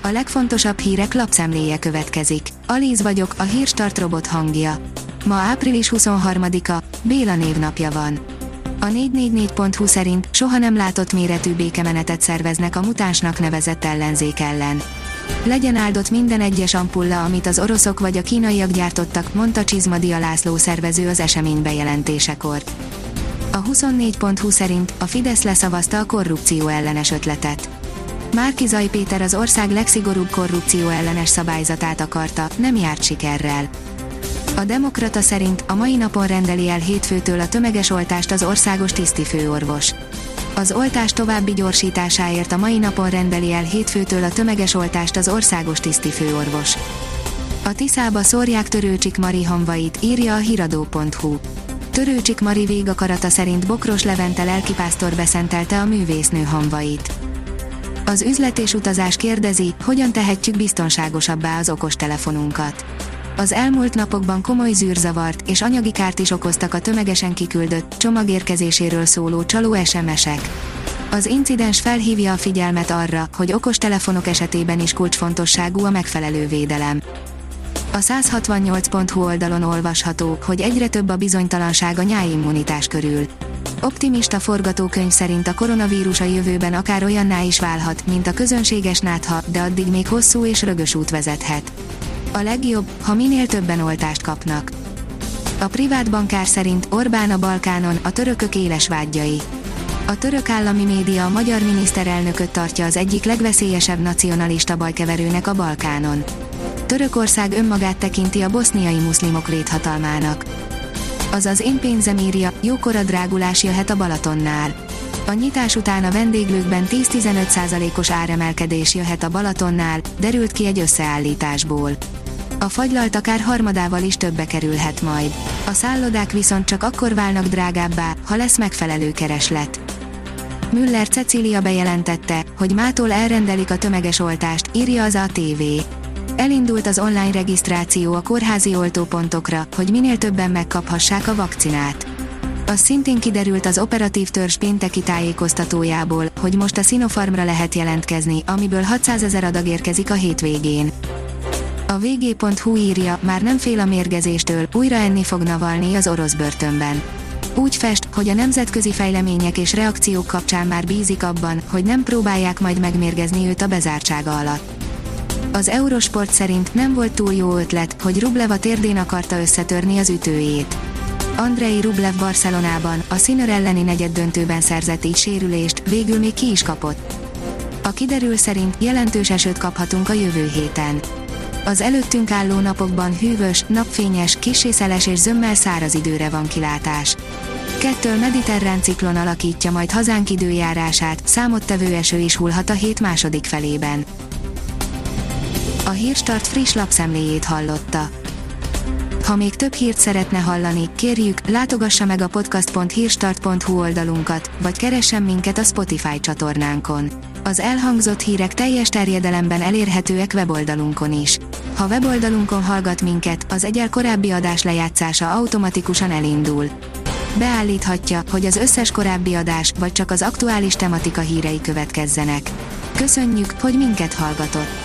A legfontosabb hírek lapszemléje következik. Alíz vagyok, a Hírstart robot hangja. Ma április 23-a, Béla névnapja van. A 444.hu szerint soha nem látott méretű békemenetet szerveznek a mutánsnak nevezett ellenzék ellen. Legyen áldott minden egyes ampulla, amit az oroszok vagy a kínaiak gyártottak, mondta Csizmadia László szervező az esemény bejelentésekor. A 24.hu szerint a Fidesz leszavazta a korrupció ellenes ötletet. Márki-Zay Péter az ország legszigorúbb korrupció ellenes szabályzatát akarta, nem járt sikerrel. A Demokrata szerint a mai napon rendeli el hétfőtől a tömeges oltást az országos tisztifőorvos. Az oltás további gyorsításáért a mai napon rendeli el hétfőtől a tömeges oltást az országos tisztifőorvos. A Tiszába szórják Törőcsik Mari hamvait, írja a hiradó.hu. Törőcsik Mari végakarata szerint Bokros Levente lelkipásztor beszentelte a művésznő hamvait. Az Üzlet és Utazás kérdezi, hogyan tehetjük biztonságosabbá az okostelefonunkat. Az elmúlt napokban komoly zűrzavart és anyagi kárt is okoztak a tömegesen kiküldött, csomagérkezéséről szóló csaló SMS-ek. Az incidens felhívja a figyelmet arra, hogy okostelefonok esetében is kulcsfontosságú a megfelelő védelem. A 168.hu oldalon olvasható, hogy egyre több a bizonytalanság a nyájimmunitás körül. Optimista forgatókönyv szerint a koronavírus a jövőben akár olyanná is válhat, mint a közönséges nátha, de addig még hosszú és rögös út vezethet. A legjobb, ha minél többen oltást kapnak. A privát bankár szerint Orbán a Balkánon, a törökök éles vádlyai. A török állami média a magyar miniszterelnököt tartja az egyik legveszélyesebb nacionalista bajkeverőnek a Balkánon. Törökország önmagát tekinti a boszniai muszlimok léthatalmának. Azaz Én pénzem írja, jókora drágulás jöhet a Balatonnál. A nyitás után a vendéglőkben 10-15%-os áremelkedés jöhet a Balatonnál, derült ki egy összeállításból. A fagylalt akár harmadával is többe kerülhet majd. A szállodák viszont csak akkor válnak drágábbá, ha lesz megfelelő kereslet. Müller Cecília bejelentette, hogy mától elrendelik a tömeges oltást, írja az ATV. Elindult az online regisztráció a kórházi oltópontokra, hogy minél többen megkaphassák a vakcinát. Az szintén kiderült az operatív törzs pénteki tájékoztatójából, hogy most a Sinopharmra lehet jelentkezni, amiből 600 000 adag érkezik a hétvégén. A vg.hu írja, már nem fél a mérgezéstől, újra enni fog Navalnyi az orosz börtönben. Úgy fest, hogy a nemzetközi fejlemények és reakciók kapcsán már bízik abban, hogy nem próbálják majd megmérgezni őt a bezártsága alatt. Az Eurosport szerint nem volt túl jó ötlet, hogy Rublev a térdén akarta összetörni az ütőjét. Andrei Rublev Barcelonában, a Sinner elleni negyeddöntőben szerzett így sérülést, végül még ki is kapott. A kiderül szerint jelentős esőt kaphatunk a jövő héten. Az előttünk álló napokban hűvös, napfényes, kissé szeles és zömmel száraz időre van kilátás. Kettől mediterrán ciklon alakítja majd hazánk időjárását, számottevő eső is hullhat a hét második felében. A Hírstart friss lapszemléjét hallotta. Ha még több hírt szeretne hallani, kérjük, látogassa meg a podcast.hírstart.hu oldalunkat, vagy keressen minket a Spotify csatornánkon. Az elhangzott hírek teljes terjedelemben elérhetőek weboldalunkon is. Ha weboldalunkon hallgat minket, az egyel korábbi adás lejátszása automatikusan elindul. Beállíthatja, hogy az összes korábbi adás, vagy csak az aktuális tematika hírei következzenek. Köszönjük, hogy minket hallgatott!